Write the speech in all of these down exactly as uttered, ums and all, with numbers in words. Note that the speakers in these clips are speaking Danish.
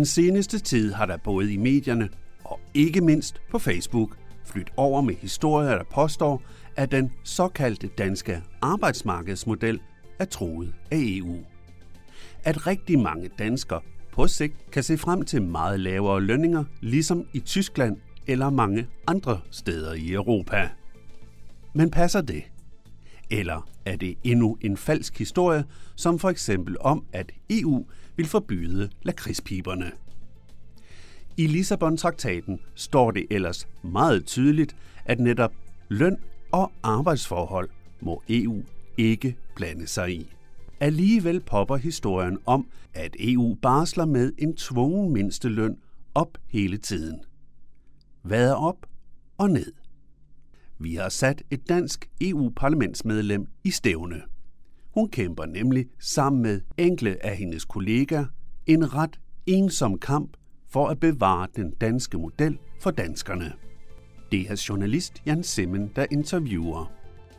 Den seneste tid har der både i medierne og ikke mindst på Facebook flyttet over med historier, der påstår, at den såkaldte danske arbejdsmarkedsmodel er truet af E U. At rigtig mange danskere på sigt kan se frem til meget lavere lønninger, ligesom i Tyskland eller mange andre steder i Europa. Men passer det? Eller er det endnu en falsk historie, som for eksempel om, at E U vil forbyde lakridspiberne? I Lissabon-traktaten står det ellers meget tydeligt, at netop løn og arbejdsforhold må E U ikke blande sig i. Alligevel popper historien om, at E U barsler med en tvungen mindsteløn op hele tiden. Hvad er op og ned? Vi har sat et dansk E U-parlamentsmedlem i stævne. Hun kæmper nemlig sammen med enkelte af hendes kollegaer en ret ensom kamp for at bevare den danske model for danskerne. Det er journalist Jan Simmen, der interviewer.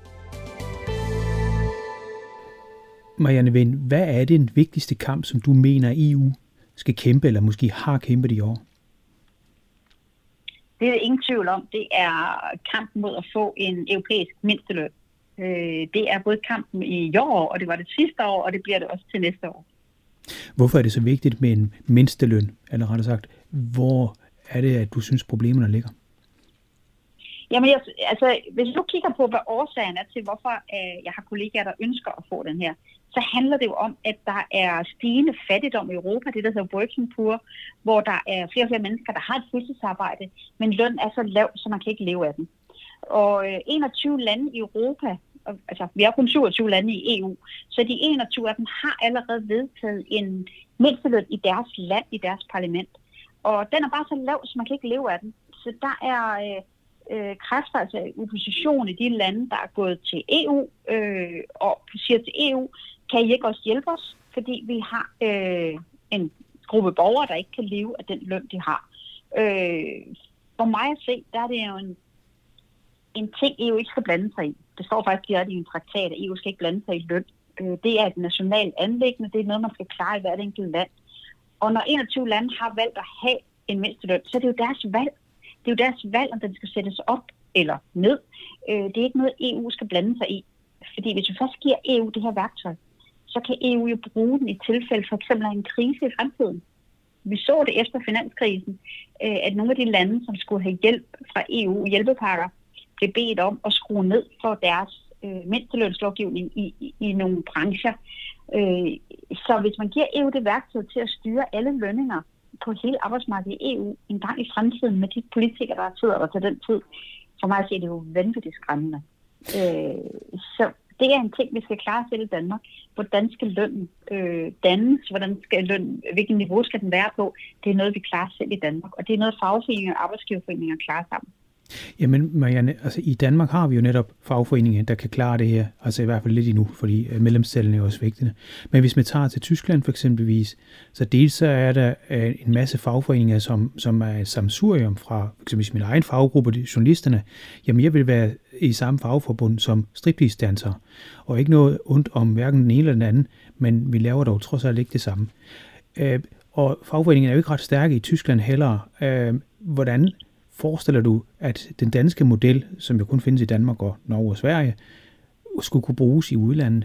Marianne Wind, hvad er den vigtigste kamp, som du mener E U skal kæmpe, eller måske har kæmpet i år? Det er ingen tvivl om. Det er kampen mod at få en europæisk mindsteløn. Det er både kampen i år, og det var det sidste år, og det bliver det også til næste år. Hvorfor er det så vigtigt med en mindsteløn? Eller rettere sagt, hvor er det, at du synes, problemerne ligger? Jamen, jeg, altså, hvis du kigger på, hvad årsagen er til, hvorfor øh, jeg har kollegaer, der ønsker at få den her, så handler det jo om, at der er stigende fattigdom i Europa, det der hedder working poor, hvor der er flere og flere mennesker, der har et fuldtidsarbejde, men løn er så lav, så man kan ikke leve af den. Og øh, enogtyve lande i Europa, altså vi har kun syvogtyve lande i E U, så de enogtyve af dem har allerede vedtaget en mindsteløn i deres land, i deres parlament. Og den er bare så lav, så man kan ikke leve af den. Så der er øh, øh, kræfter, altså opposition i de lande, der er gået til E U, øh, og siger til E U, kan I ikke også hjælpe os? Fordi vi har øh, en gruppe borgere, der ikke kan leve af den løn, de har. Øh, for mig at se, der er det jo en, en ting, E U ikke skal blande sig i. Det står faktisk direkte i en traktat, at E U skal ikke blande sig i løn. Øh, det er et nationalt anliggende, det er noget, man skal klare i hvert enkelt land. Og når enogtyve lande har valgt at have en mindsteløn, så er det jo deres valg. Det er jo deres valg, om den skal sættes op eller ned. Øh, det er ikke noget, E U skal blande sig i. Fordi hvis vi først giver E U det her værktøj, så kan E U jo bruge den i tilfælde for eksempel af en krise i fremtiden. Vi så det efter finanskrisen, at nogle af de lande, som skulle have hjælp fra E U, hjælpepakker, blev bedt om at skrue ned for deres øh, mindstelønslovgivning i, i, i nogle brancher. Øh, så hvis man giver E U det værktøj til at styre alle lønninger på hele arbejdsmarkedet i E U en gang i fremtiden med de politikere, der sidder der til den tid, for mig er det jo vanvittigt skræmmende. Øh, så det er en ting, vi skal klare selv i Danmark. Hvordan skal lønnen øh, dannes? Hvordan skal løn, hvilket niveau skal den være på? Det er noget, vi klarer selv i Danmark. Og det er noget, fagforeninger og arbejdsgiverforeninger klarer sammen. Jamen Marianne, altså i Danmark har vi jo netop fagforeninger, der kan klare det her, altså i hvert fald lidt endnu, fordi medlemstallene er også vigtige. Men hvis man tager til Tyskland for eksempelvis, så dels så er der en masse fagforeninger, som, som er et sammensurium fra for eksempel min egen faggruppe, journalisterne. Jamen jeg vil være i samme fagforbund som striptease-dansere, og ikke noget ondt om hverken den ene eller den anden, men vi laver dog trods alt ikke det samme. Øh, og fagforeningen er jo ikke ret stærke i Tyskland heller. Øh, hvordan forestiller du, at den danske model, som jo kun findes i Danmark og Norge og Sverige, skulle kunne bruges i udlandet?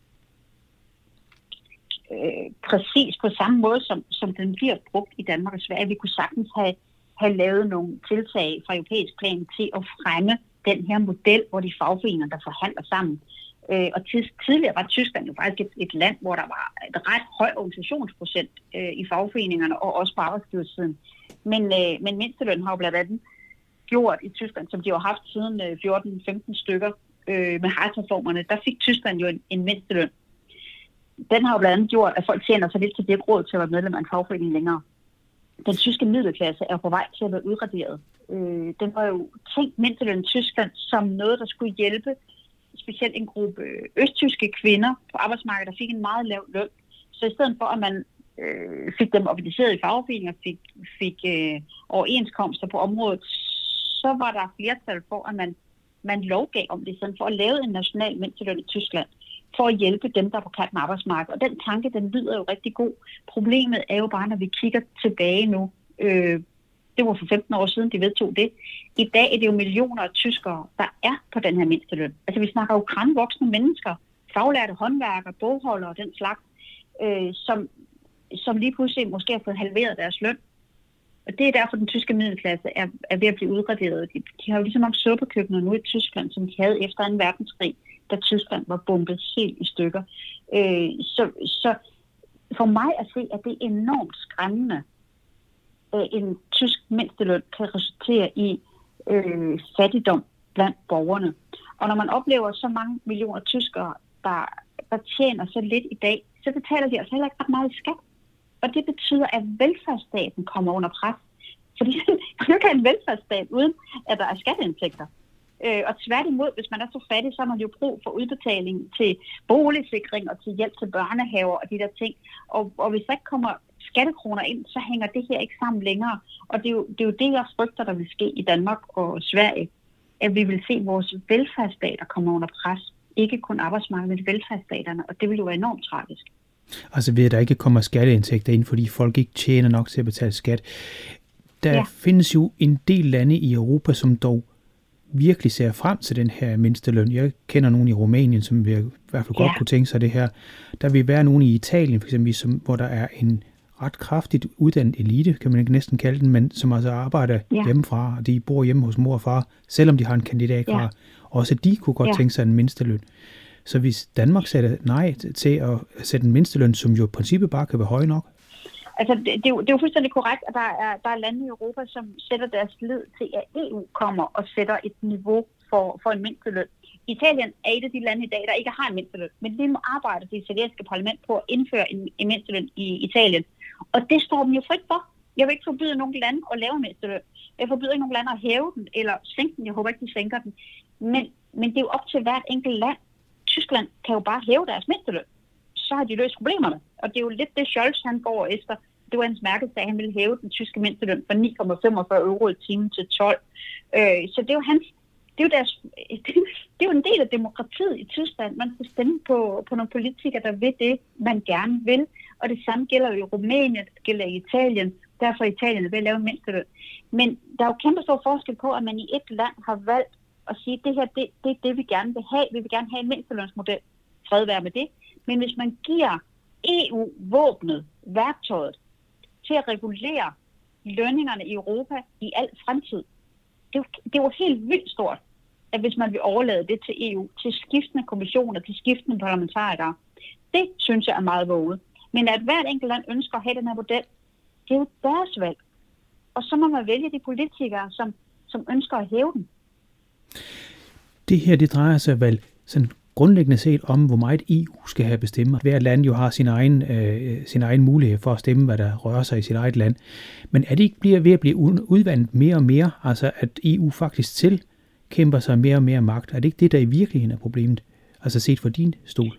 Øh, præcis på samme måde, som, som den bliver brugt i Danmark og Sverige. Vi kunne sagtens have, have lavet nogle tiltag fra europæisk plan til at fremme den her model, hvor de fagforeninger, der forhandler sammen. Øh, og tidligere var Tyskland jo faktisk et, et land, hvor der var et ret høj organisationsprocent øh, i fagforeningerne og også på arbejdsgiversiden. Men, øh, men mindsteløn har jo blandt andet gjort i Tyskland, som de har haft siden øh, fjorten femten stykker øh, med Hartz-reformerne, der fik Tyskland jo en, en mindsteløn. Den har jo blandt andet gjort, at folk tjener sig lidt til det råd til at være medlem af en fagforening længere. Den tyske middelklasse er på vej til at være udraderet. Øh, den var jo tænkt mindsteløn i Tyskland som noget, der skulle hjælpe specielt en gruppe østtyske kvinder på arbejdsmarkedet, der fik en meget lav løn. Så i stedet for, at man øh, fik dem organiseret i fagforeninger, fik, fik øh, overenskomster på området, så var der flertal for, at man, man lovgav om det, i stedet for at lave en national mindsteløn i Tyskland. for at hjælpe dem, der er på kanten af arbejdsmarkedet. Og den tanke, den lyder jo rigtig god. Problemet er jo bare, når vi kigger tilbage nu. Øh, det var for femten år siden, de vedtog det. I dag er det jo millioner af tyskere, der er på den her mindsteløn. Altså vi snakker jo grænvoksne mennesker, faglærte håndværkere, bogholdere og den slags, øh, som, som lige pludselig måske har fået halveret deres løn. Og det er derfor, den tyske middelklasse er, er ved at blive udraderet. De, de har jo lige så mange suppekøkkener nu i Tyskland, som de havde efter anden verdenskrig, da Tyskland var bombet helt i stykker. Øh, så, så for mig at se, at det er enormt skræmmende, at en tysk mindsteløn kan resultere i øh, fattigdom blandt borgerne. Og når man oplever så mange millioner tyskere, der, der tjener så lidt i dag, så betaler de altså heller ikke ret meget i skat. Og det betyder, at velfærdsstaten kommer under pres. Fordi man kan ikke have en velfærdsstat, uden at der er skatteindtægter. Øh, og tværtimod, hvis man er så fattig, så har man jo brug for udbetaling til boligsikring og til hjælp til børnehaver og de der ting. Og, og hvis der ikke kommer skattekroner ind, så hænger det her ikke sammen længere. Og det er jo det, er jo det jeg frygter, der vil ske i Danmark og Sverige. At vi vil se vores velfærdsstater komme under pres. Ikke kun arbejdsmarkedet, men velfærdsstaterne. Og det vil jo være enormt tragisk. Altså ved at der ikke kommer skatteindtægter ind, fordi folk ikke tjener nok til at betale skat. Der ja. findes jo en del lande i Europa, som dog virkelig ser frem til den her mindsteløn. Jeg kender nogen i Rumænien, som vil i hvert fald ja. godt kunne tænke sig det her. Der vil være nogen i Italien, for eksempel, som, hvor der er en ret kraftigt uddannet elite, kan man ikke næsten kalde den, men som altså arbejder ja. hjemmefra, og de bor hjemme hos mor og far, selvom de har en kandidatgrad. Ja. Også de kunne godt ja. tænke sig en mindsteløn. Så hvis Danmark sætter nej til at sætte en mindsteløn, som jo i princippet bare kan være høj nok? Altså, det, det, er jo, det er jo fuldstændig korrekt, at der er, der er lande i Europa, som sætter deres lid til, at E U kommer og sætter et niveau for, for en mindsteløn. Italien er et af de lande i dag, der ikke har en mindsteløn, men det må arbejde det italienske parlament på at indføre en, en mindsteløn i Italien. Og det står dem jo frit for. Jeg vil ikke forbyde nogen lande at lave en mindsteløn. Jeg forbyder ikke nogen lande at hæve den eller sænke den. Jeg håber ikke, de sænker den. Men, men det er jo op til hvert enkelt land. Tyskland kan jo bare hæve deres mindsteløn. Så har de løst problemerne. Og det er jo lidt det, Scholz han går efter. Det var hans mærkesag, at han ville hæve den tyske mindsteløn fra ni komma femogfyrre euro i timen til tolv. Øh, så det er jo hans, det er jo deres, det er jo en del af demokratiet i Tyskland. Man skal stemme på, på nogle politikere, der vil det, man gerne vil. Og det samme gælder jo i Rumænien, det gælder i Italien. Derfor er Italien ved at lave en mindsteløn. Men der er jo kæmpe stor forskel på, at man i et land har valgt at sige, at det her, det, det er det, vi gerne vil have. Vi vil gerne have en mindstelønsmodel. Fred være med det. Men hvis man giver E U-våbnet, værktøjet, til at regulere lønningerne i Europa i al fremtid, det er, jo, det er jo helt vildt stort, at hvis man vil overlade det til E U, til skiftende kommissioner, til skiftende parlamentarikere. Det synes jeg er meget våget. Men at hvert enkelt land ønsker at have den her model, det er jo deres valg. Og så må man vælge de politikere, som, som ønsker at hæve den. Det her, det drejer sig vel sådan grundlæggende set om, hvor meget E U skal have bestemt. Hver land jo har sin egen, øh, sin egen mulighed for at stemme, hvad der rører sig i sit eget land. Men er det ikke bliver ved at blive udvandet mere og mere, altså at E U faktisk tilkæmper sig mere og mere magt? Er det ikke det, der i virkeligheden er problemet? Altså set fra din stol?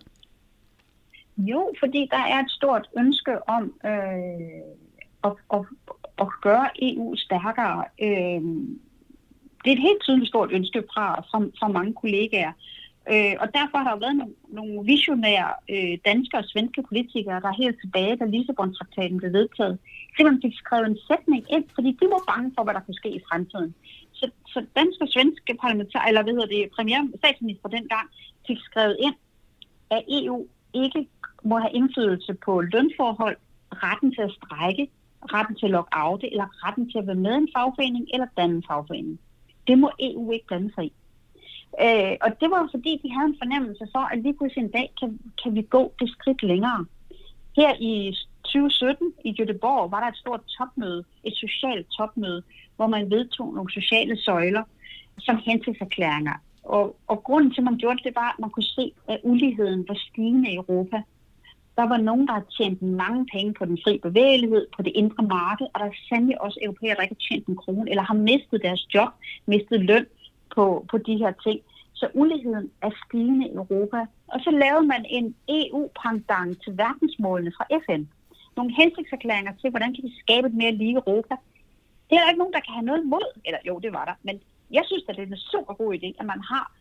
Jo, fordi der er et stort ønske om øh, at, at, at gøre E U stærkere. Øh, det er et helt tydeligt stort ønske fra, fra, fra mange kollegaer. Øh, og derfor har der været nogle, nogle visionære øh, danske og svenske politikere, der helt tilbage, da Lissabon-traktaten blev vedtaget, simpelthen fik skrevet en sætning ind, fordi de var bange for, hvad der kunne ske i fremtiden. Så, så danske og svenske parlamentar, eller hvad hedder det, premiere statsminister dengang, fik skrevet ind, at E U ikke må have indflydelse på lønforhold, retten til at strejke, retten til at locke oute, eller retten til at være med i en fagforening eller danne en fagforening. Det må E U ikke blande sig i. Øh, og det var jo fordi, de havde en fornemmelse for, at lige pludselig en dag kan, kan vi gå det skridt længere. Her i tyve sytten i Göteborg var der et stort topmøde, et socialt topmøde, hvor man vedtog nogle sociale søjler som hensigtserklæringer. Og, og grunden til, at man gjorde det, det var, at man kunne se, at uligheden var stigende i Europa. Der var nogen, der havde tjent mange penge på den fri bevægelighed, på det indre marked, og der er sandelig også europæere, der ikke har tjent en krone, eller har mistet deres job, mistet løn på, på de her ting. Så uligheden er stigende i Europa. Og så lavede man en E U-pendant til verdensmålene fra F N. Nogle hensigtserklæringer til, hvordan kan vi skabe et mere lige Europa. Det er der ikke nogen, der kan have noget imod. Eller jo, det var der. Men jeg synes, at det er en super god idé, at man har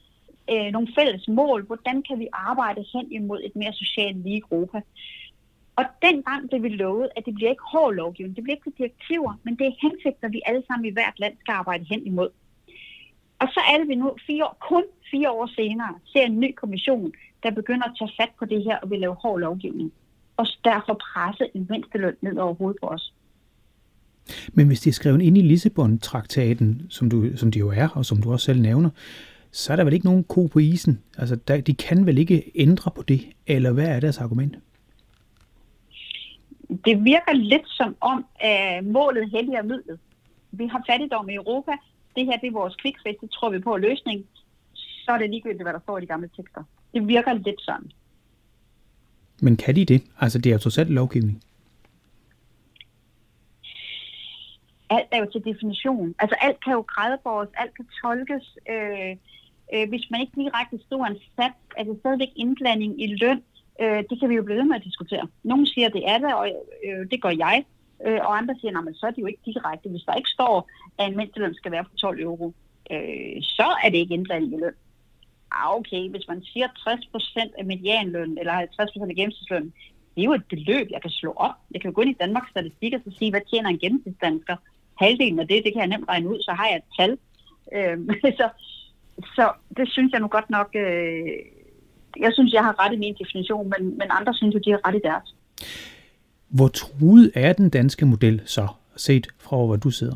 øh, nogle fælles mål. Hvordan kan vi arbejde hen imod et mere socialt lige Europa? Og dengang blev vi lovet, at det bliver ikke hård lovgivning, det bliver ikke direktiver, men det er hensigter, vi alle sammen i hvert land skal arbejde hen imod. Og så er det vi nu fire år, kun fire år senere ser en ny kommission, der begynder at tage fat på det her og vil lave hård lovgivning. Og derfor presse en mindsteløn ned over hovedet på os. Men hvis det er skrevet ind i Lissabon-traktaten, som, du, som det jo er, og som du også selv nævner, så er der vel ikke nogen ko på isen? Altså, der, de kan vel ikke ændre på det, eller hvad er deres argument? Det virker lidt som om, at målet helliger midlet. Vi har fattigdom i Europa. Det her det er vores quick-fix, det tror vi på løsning. Så er det ligegyldigt, hvad der står i de gamle tekster. Det virker lidt sådan. Men kan de det? Altså, det er jo totalt lovgivning. Alt er jo til definition. Altså, alt kan jo gradbåres, alt kan tolkes. Øh, øh, hvis man ikke direkte skriver en sats, er det stadigvæk indblanding i løn. Øh, det kan vi jo blive ved med at diskutere. Nogle siger, det er det, og øh, det gør jeg. Øh, og andre siger, nej, men så er det jo ikke direkte. Hvis der ikke står, at en mindsteløn skal være på tolv euro, øh, så er det ikke indblanding i løn. Ah, okay, hvis man siger tres procent af medianløn, eller halvtreds procent af gennemsnitsløn, det er jo et beløb, jeg kan slå op. Jeg kan jo gå ind i Danmarks Statistik og så sige, hvad tjener en gennemsnitsdansker? Halvdelen af det, det kan jeg nemt regne ud, så har jeg et tal. Øh, så, så det synes jeg nu godt nok... Øh, jeg synes, jeg har ret i min definition, men, men andre synes jo, de har ret i deres. Hvor truet er den danske model så, set fra hvor du sidder?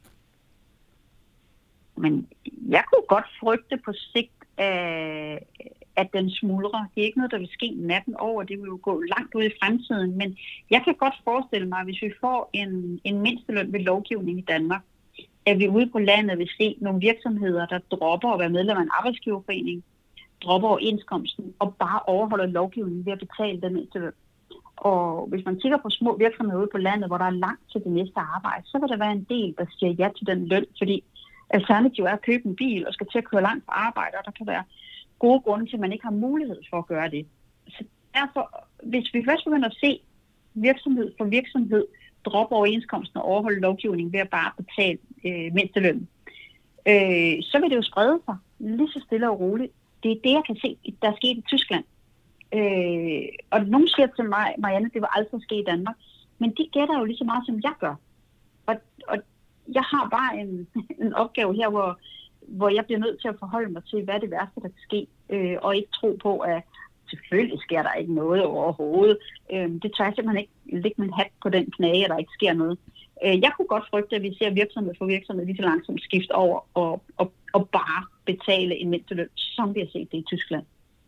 Men jeg kunne godt frygte på sigt, at, at den smuldrer. Det er ikke noget, der vil ske natten over. Det vil jo gå langt ud i fremtiden. Men jeg kan godt forestille mig, hvis vi får en, en mindsteløn ved lovgivning i Danmark, at vi ude på landet vil se nogle virksomheder, der dropper at være medlem af en arbejdsgiverforening, dropper overenskomsten og bare overholder lovgivningen ved at betale den mindsteløn. Og hvis man kigger på små virksomheder ude på landet, hvor der er langt til det næste arbejde, så vil der være en del, der siger ja til den løn, fordi alternativet er at købe en bil og skal til at køre langt på arbejde, og der kan være gode grunde til, at man ikke har mulighed for at gøre det. Så derfor, hvis vi først begynder at se virksomhed for virksomhed droppe overenskomsten og overholde lovgivningen ved at bare betale øh, mindsteløn, øh, så vil det jo sprede sig lige så stille og roligt. Det er det, jeg kan se, der er sket i Tyskland. Øh, og nogen siger til mig, Marianne, det var aldrig ske i Danmark. Men de gætter jo lige så meget, som jeg gør. Og, og jeg har bare en, en opgave her, hvor, hvor jeg bliver nødt til at forholde mig til, hvad er det værste, der kan ske. Øh, og ikke tro på, at selvfølgelig sker der ikke noget overhovedet. Øh, det tør jeg simpelthen ikke lægge min hat på den knage, at der ikke sker noget. Øh, jeg kunne godt frygte, at vi ser virksomhed for virksomhed lige så langsomt skifte over og, og, og bare betale en mindsteløn, som vi har set det i Tyskland.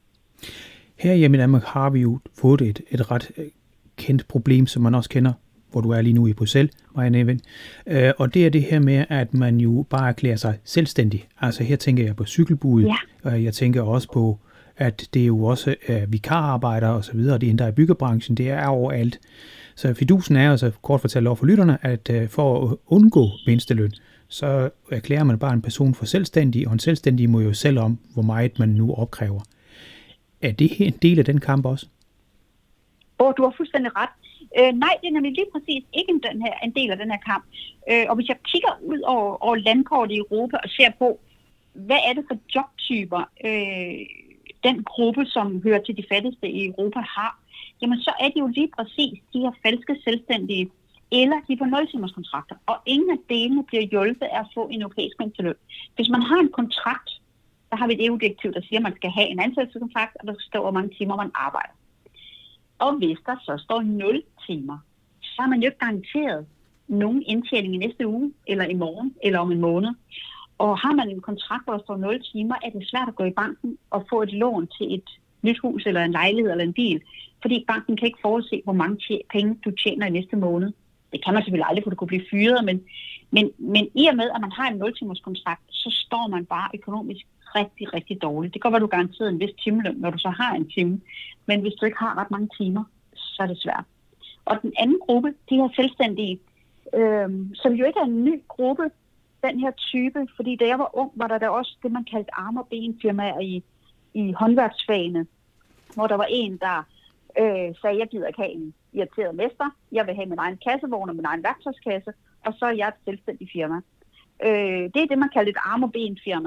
Her hjemme i Danmark har vi jo fået et, et ret kendt problem, som man også kender, hvor du er lige nu i Bruxelles, Marianne Evin. Øh, og det er det her med, at man jo bare erklærer sig selvstændig. Altså her tænker jeg på cykelbud, ja. Og jeg tænker også på, at det er jo også er vikararbejdere og så videre, det endda i byggebranchen, det er overalt. Så fidusen er altså kort fortalt over for lytterne, at uh, for at undgå mindsteløn, så erklærer man bare en person for selvstændig, og en selvstændig må jo selv om, hvor meget man nu opkræver. Er det en del af den kamp også? Åh, oh, du har fuldstændig ret. Øh, nej, det er nemlig lige præcis ikke den her, en del af den her kamp. Øh, og hvis jeg kigger ud over, over landkortet i Europa og ser på, hvad er det for jobtyper, øh, den gruppe, som hører til de fattigste i Europa har, jamen så er det jo lige præcis de her falske selvstændige, eller de på nul-timerskontrakter. Og ingen af delene bliver hjulpet af at få en europæisk mindsteløn. Hvis man har en kontrakt, der har vi et E U-direktiv, der siger, at man skal have en ansættelseskontrakt, og der skal stå, hvor mange timer man arbejder. Og hvis der så står nul timer, så har man jo ikke garanteret nogen indtjening i næste uge, eller i morgen, eller om en måned. Og har man en kontrakt, hvor der står nul timer, er det svært at gå i banken og få et lån til et nyt hus, eller en lejlighed, eller en bil. Fordi banken kan ikke forudse, hvor mange penge du tjener i næste måned. Det kan man selvfølgelig aldrig, for du kunne blive fyret, men, men, men i og med, at man har en nul-timers kontrakt, så står man bare økonomisk rigtig, rigtig dårligt. Det kan godt være, du garanteret en vis timeløn, når du så har en time, men hvis du ikke har ret mange timer, så er det svært. Og den anden gruppe, de her selvstændige, øh, som jo ikke er en ny gruppe, den her type, fordi da jeg var ung, var der da også det, man kaldte arm- og benfirmaer i, i håndværksfagene, hvor der var en, der øh, sagde, jeg gider ikke have en irriteret mester, jeg vil have min egen kassevogn og min egen værktøjskasse, og så er jeg et selvstændigt firma. Øh, det er det, man kalder et arm- og benfirma.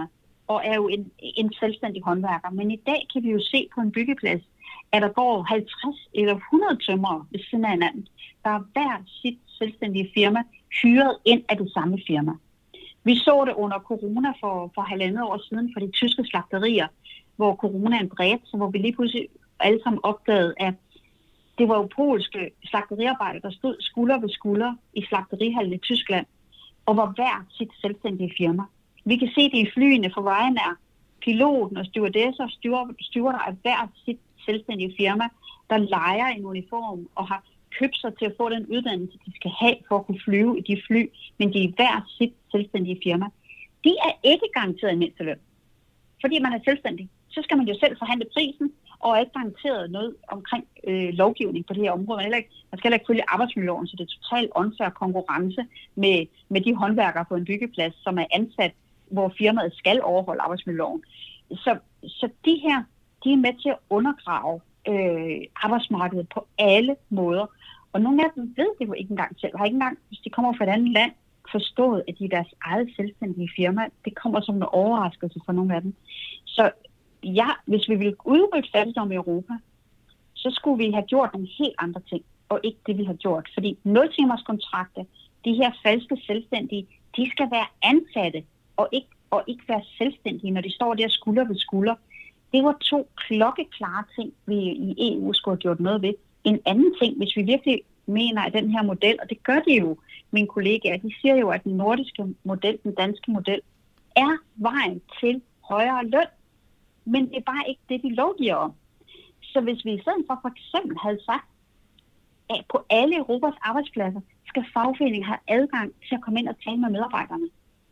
og er jo en, en selvstændig håndværker. Men i dag kan vi jo se på en byggeplads, at der går halvtreds eller hundrede tømrere ved siden af hinanden, der er hver sit selvstændige firma hyret ind af det samme firma. Vi så det under corona for, for halvandet år siden for de tyske slagterier, hvor coronaen bredte sig, hvor vi lige pludselig alle sammen opdagede, at det var jo polske slagteriarbejdere, der stod skulder ved skulder i slagterihallen i Tyskland, og var hver sit selvstændige firma. Vi kan se det i flyene for Ryanair. Piloten og stewardesser og stewarder er hver sit selvstændige firma, der lejer en uniform og har købt sig til at få den uddannelse, de skal have for at kunne flyve i de fly, men de er hver sit selvstændige firma. De er ikke garanteret en mindsteløn. Fordi man er selvstændig, så skal man jo selv forhandle prisen, og er ikke garanteret noget omkring øh, lovgivning på det her område. Man, heller ikke, man skal heller ikke følge arbejdsmiljøloven, så det er totalt unfair konkurrence med, med de håndværkere på en byggeplads, som er ansat, hvor firmaet skal overholde arbejdsmiljøloven. Så, så de her, de er med til at undergrave øh, arbejdsmarkedet på alle måder. Og nogle af dem ved det jo ikke engang selv. Har ikke engang, hvis de kommer fra et andet land, forstået, at de er deres eget selvstændige firma. Det kommer som en overraskelse for nogle af dem. Så ja, hvis vi ville udrydde fattigdom i Europa, så skulle vi have gjort nogle helt andre ting, og ikke det, vi har gjort. Fordi nul-timers-kontrakter, de her falske selvstændige, de skal være ansatte, og ikke, og ikke være selvstændige, når de står der skulder ved skulder. Det var to klokkeklare ting, vi i E U skulle have gjort noget ved. En anden ting, hvis vi virkelig mener, at den her model, og det gør de jo, mine kollegaer, de siger jo, at den nordiske model, den danske model, er vejen til højere løn. Men det er bare ikke det, de lovgiver om. Så hvis vi i stedet for for eksempel havde sagt, at på alle Europas arbejdspladser skal fagforeningen have adgang til at komme ind og tale med medarbejderne,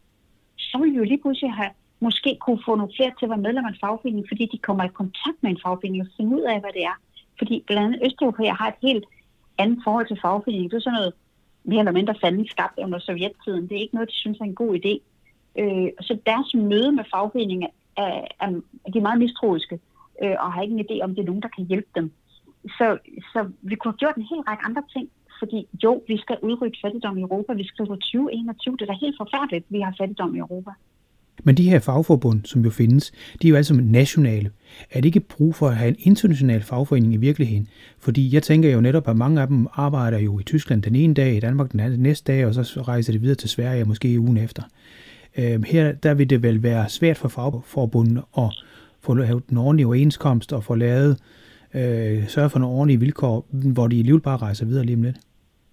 så vil vi jo lige pludselig have måske kunne få nogle flere til at være medlem af en fagforening, fordi de kommer i kontakt med en fagforening og finder ud af, hvad det er. Fordi blandt andet Østeuropæer har et helt andet forhold til fagforeningen. Det er sådan noget mere eller mindre fanden skabt under sovjettiden. Det er ikke noget, de synes er en god idé. Øh, så deres møde med fagforeningen er, er, de er meget mistroiske øh, og har ikke en idé om, det er nogen, der kan hjælpe dem. Så, så vi kunne have gjort en hel række andre ting, fordi jo, vi skal udrydde fattigdom i Europa. Vi skal på tyve enogtyve. Det er da helt forfærdeligt, vi har fattigdom i Europa. Men de her fagforbund, som jo findes, de er jo altså nationale. Er det ikke brug for at have en international fagforening i virkeligheden? Fordi jeg tænker jo netop, at mange af dem arbejder jo i Tyskland den ene dag, i Danmark den anden næste dag, og så rejser de videre til Sverige måske ugen efter. Her der vil det vel være svært for fagforbundet at få lavet en ordentlig overenskomst og få lavet, øh, sørge for nogle ordentlige vilkår, hvor de alligevel bare rejser videre lige om lidt.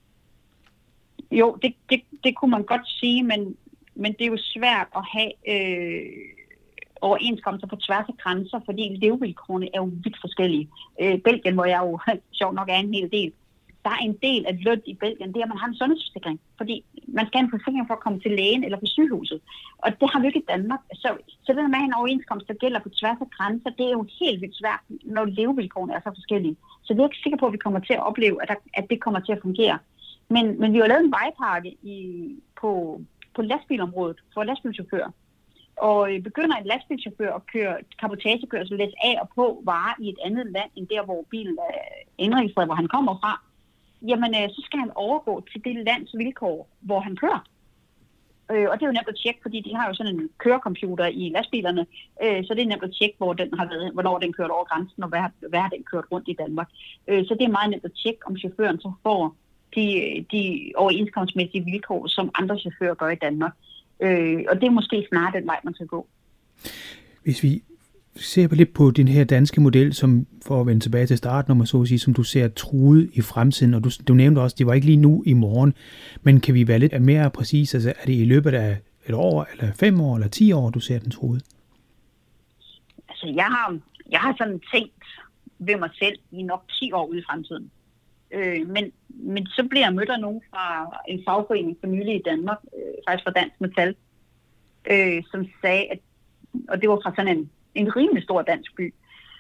Jo, det, det, det kunne man godt sige, men, men det er jo svært at have øh, overenskomster på tværs af grænser, fordi levevilkårene er jo vidt forskellige. Øh, Belgien, hvor jeg jo sjovt nok er en hel del, der er en del af løn i Belgien, det er, at man har en sundhedsforsikring, fordi man skal have en forsikring for at komme til lægen eller på sygehuset. Og det har vi ikke i Danmark. Så, så det med at have en overenskomst, der gælder på tværs af grænser, det er jo helt vildt svært, når levevilkårene er så forskellige. Så det er ikke sikker på, at vi kommer til at opleve, at, der, at det kommer til at fungere. Men, men vi har lavet en vejpakke i, på, på lastbilområdet for lastbilchauffører. Og begynder en lastbilchauffør at køre cabotagekørsel, læs af og på varer i et andet land, end der, hvor bilen er indregistreret, hvor han kommer fra, jamen så skal han overgå til det lands vilkår, hvor han kører. Og det er jo nemt at tjekke, fordi de har jo sådan en kørecomputer i lastbilerne, så det er nemt at tjekke, hvor den har været, hvornår den kørt over grænsen, og hvad, hvad har den kørt rundt i Danmark. Så det er meget nemt at tjekke, om chaufføren så får de, de overenskomstmæssige vilkår, som andre chauffører gør i Danmark. Og det er måske snart den vej, man skal gå. Hvis vi ser lidt på den her danske model, som for at vende tilbage til starten, når man så at sige, som du ser truet i fremtiden, og du, du nævnte også, det var ikke lige nu i morgen, men kan vi være lidt mere præcis? Altså, er det i løbet af et år, eller fem år, eller ti år, du ser den truet? Altså, jeg har, jeg har sådan tænkt ved mig selv i nok ti år ude i fremtiden. Øh, men, men så bliver jeg mødt af nogen fra en fagforening for nylig i Danmark, øh, faktisk fra Dansk Metal, øh, som sagde, at, og det var fra sådan en en rimelig stor dansk by.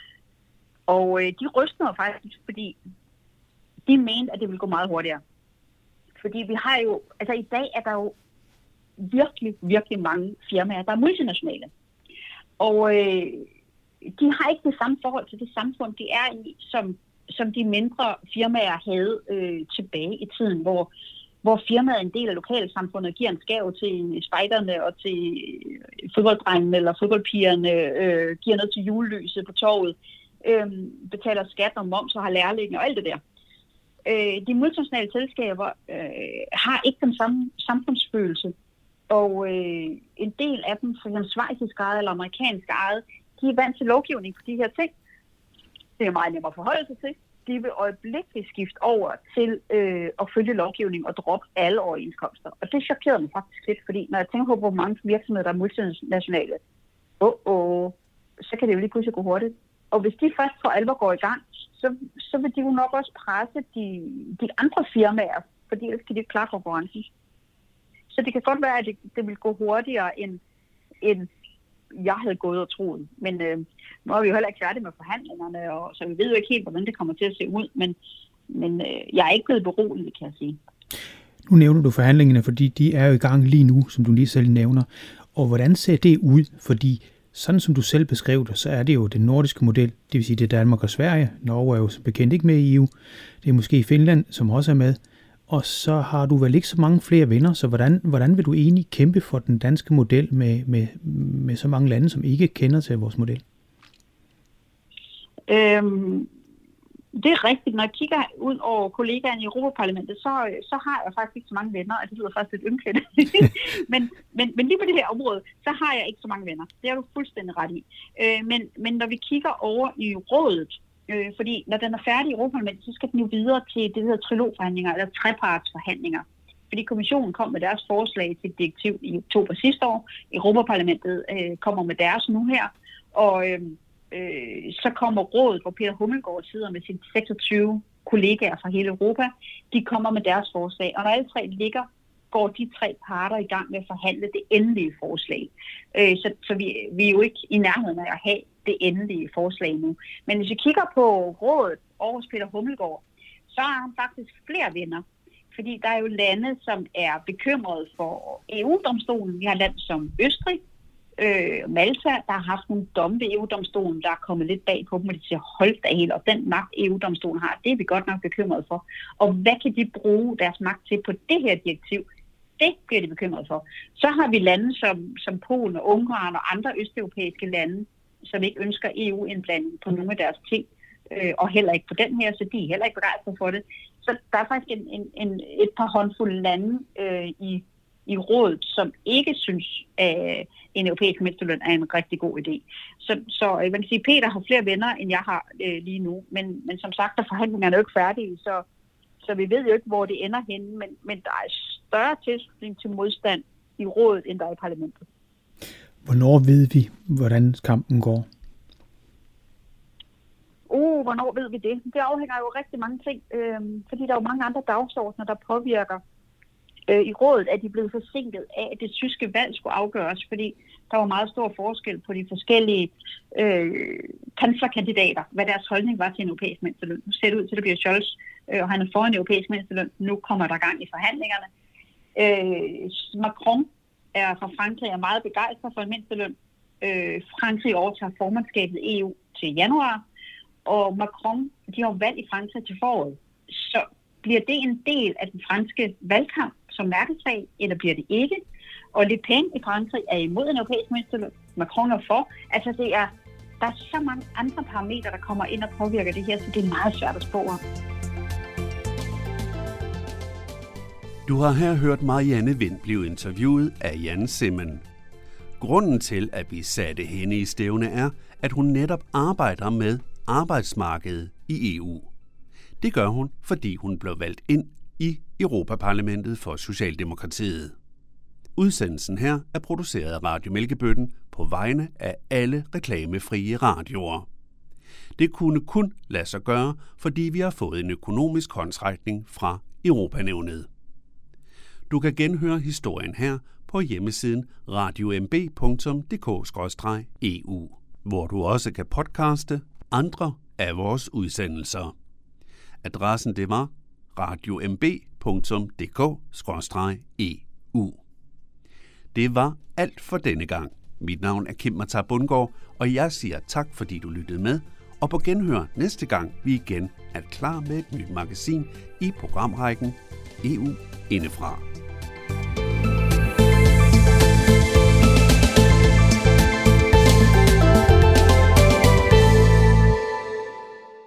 Og øh, de rystede faktisk, fordi de mente, at det ville gå meget hurtigere. Fordi vi har jo, altså i dag er der jo virkelig, virkelig mange firmaer, der er multinationale. Og øh, de har ikke det samme forhold til det samfund, de er i, som, som de mindre firmaer havde øh, tilbage i tiden, hvor hvor firmaet er en del af lokalsamfundet, giver en skæv til spejderne og til fodbolddrengene eller fodboldpigerne, øh, giver noget til julelyset på torvet, øh, betaler skat og moms og har lærlinge og alt det der. Øh, de multinationale selskaber øh, har ikke den samme samfundsfølelse, og øh, en del af dem, for eksempel schweizisk ejet eller amerikansk ejet, de er vant til lovgivning på de her ting. Det er meget nemmere at forholde sig til. De vil øjeblikkeligt skifte over til øh, at følge lovgivning og droppe alle overenskomster. Og det chokerede mig faktisk lidt, fordi når jeg tænker på, hvor mange virksomheder, der er multinationale, oh, oh, så kan det jo lige pludselig gå hurtigt. Og hvis de først for alvor går i gang, så, så vil de jo nok også presse de, de andre firmaer, fordi ellers kan de ikke klare konkurrencen. Så det kan godt være, at det, det vil gå hurtigere, end, end jeg havde gået og troet. Men øh, nu er vi jo heller ikke færdige med forhandlingerne, og, så vi ved jo ikke helt, hvordan det kommer til at se ud. Men, men øh, jeg er ikke blevet beroliget, kan jeg sige. Nu nævner du forhandlingerne, fordi de er jo i gang lige nu, som du lige selv nævner. Og hvordan ser det ud? Fordi sådan som du selv beskrev det, så er det jo den nordiske model, det vil sige det er Danmark og Sverige. Norge er jo som bekendt ikke med i E U. Det er måske Finland, som også er med. Og så har du vel ikke så mange flere venner, så hvordan, hvordan vil du egentlig kæmpe for den danske model med, med, med så mange lande, som ikke kender til vores model? Øhm, det er rigtigt. Når jeg kigger ud over kollegaerne i Europaparlamentet, så, så har jeg faktisk ikke så mange venner, og det lyder faktisk lidt ynkeligt. men, men, men lige på det her område, så har jeg ikke så mange venner. Det er du fuldstændig ret i. Øh, men, men når vi kigger over i rådet, Øh, fordi når den er færdig i Europaparlamentet, så skal den jo videre til det, der hedder trilogforhandlinger eller trepartsforhandlinger. Fordi kommissionen kom med deres forslag til et direktiv i oktober sidste år. Europaparlamentet øh, kommer med deres nu her. Og øh, øh, så kommer rådet, hvor Peter Hummelgaard sidder med sine seksogtyve kollegaer fra hele Europa. De kommer med deres forslag. Og når alle tre ligger, går de tre parter i gang med at forhandle det endelige forslag. Øh, så så vi, vi er jo ikke i nærheden af at have det endelige forslag nu. Men hvis vi kigger på rådet over hos Peter Hummelgaard, så har han faktisk flere venner. Fordi der er jo lande, som er bekymrede for E U-domstolen. Vi har lande som Østrig, øh, Malta, der har haft nogle domme ved E U-domstolen, der er kommet lidt bag på dem, og de siger, hold da helt, og den magt E U-domstolen har, det er vi godt nok bekymrede for. Og hvad kan de bruge deres magt til på det her direktiv? Det bliver de bekymrede for. Så har vi lande som, som Polen og Ungarn og andre østeuropæiske lande, som ikke ønsker E U-indblanding på nogle af deres ting, øh, og heller ikke på den her, så de er heller ikke begejstrede for det. Så der er faktisk en, en, en, et par håndfulde lande øh, i, i rådet, som ikke synes, at en europæisk mindsteløn er en rigtig god idé. Så, så jeg vil sige, Peter har flere venner, end jeg har øh, lige nu, men, men som sagt, er forhandlingerne jo ikke færdige, så, så vi ved jo ikke, hvor det ender henne, men, men der er større tilslutning til modstand i rådet, end der er i parlamentet. Hvornår ved vi, hvordan kampen går? Uh, hvornår ved vi det? Det afhænger jo rigtig mange ting, øh, fordi der er jo mange andre dagsordner, der påvirker. Øh, I rådet er de blevet forsinket af, at det tyske valg skulle afgøres, fordi der var meget stor forskel på de forskellige øh, kanslerkandidater, hvad deres holdning var til en europæisk mindsteløn. Nu ser det ud til, at det bliver Scholz, øh, og han er for en europæisk mindsteløn. Nu kommer der gang i forhandlingerne. Øh, Macron er fra Frankrig er meget begejstret for en mindsteløn. Øh, Frankrig overtager formandskabet i E U til januar, og Macron, de har valg i Frankrig til foråret. Så bliver det en del af den franske valgkamp som mærkesag, eller bliver det ikke? Og Le Pen i Frankrig er imod en europæisk mindsteløn. Macron er for. Altså det er, der er så mange andre parametre, der kommer ind og påvirker det her, så det er meget svært at spå om. Du har her hørt Marianne Vind blive interviewet af Jan Simmen. Grunden til, at vi satte hende i stævne er, at hun netop arbejder med arbejdsmarkedet i E U. Det gør hun, fordi hun blev valgt ind i Europaparlamentet for Socialdemokratiet. Udsendelsen her er produceret af Radio Mælkebøtten på vegne af alle reklamefrie radioer. Det kunne kun lade sig gøre, fordi vi har fået en økonomisk håndsrækning fra Europanævnet. Du kan genhøre historien her på hjemmesiden radio m b punktum d k skråstreg e u, hvor du også kan podcaste andre af vores udsendelser. Adressen det var radio m b punktum d k skråstreg e u. Det var alt for denne gang. Mit navn er Kim Matar Bundgaard, og jeg siger tak, fordi du lyttede med, og på genhør næste gang vi igen er klar med et nyt magasin i programrækken E U indefra.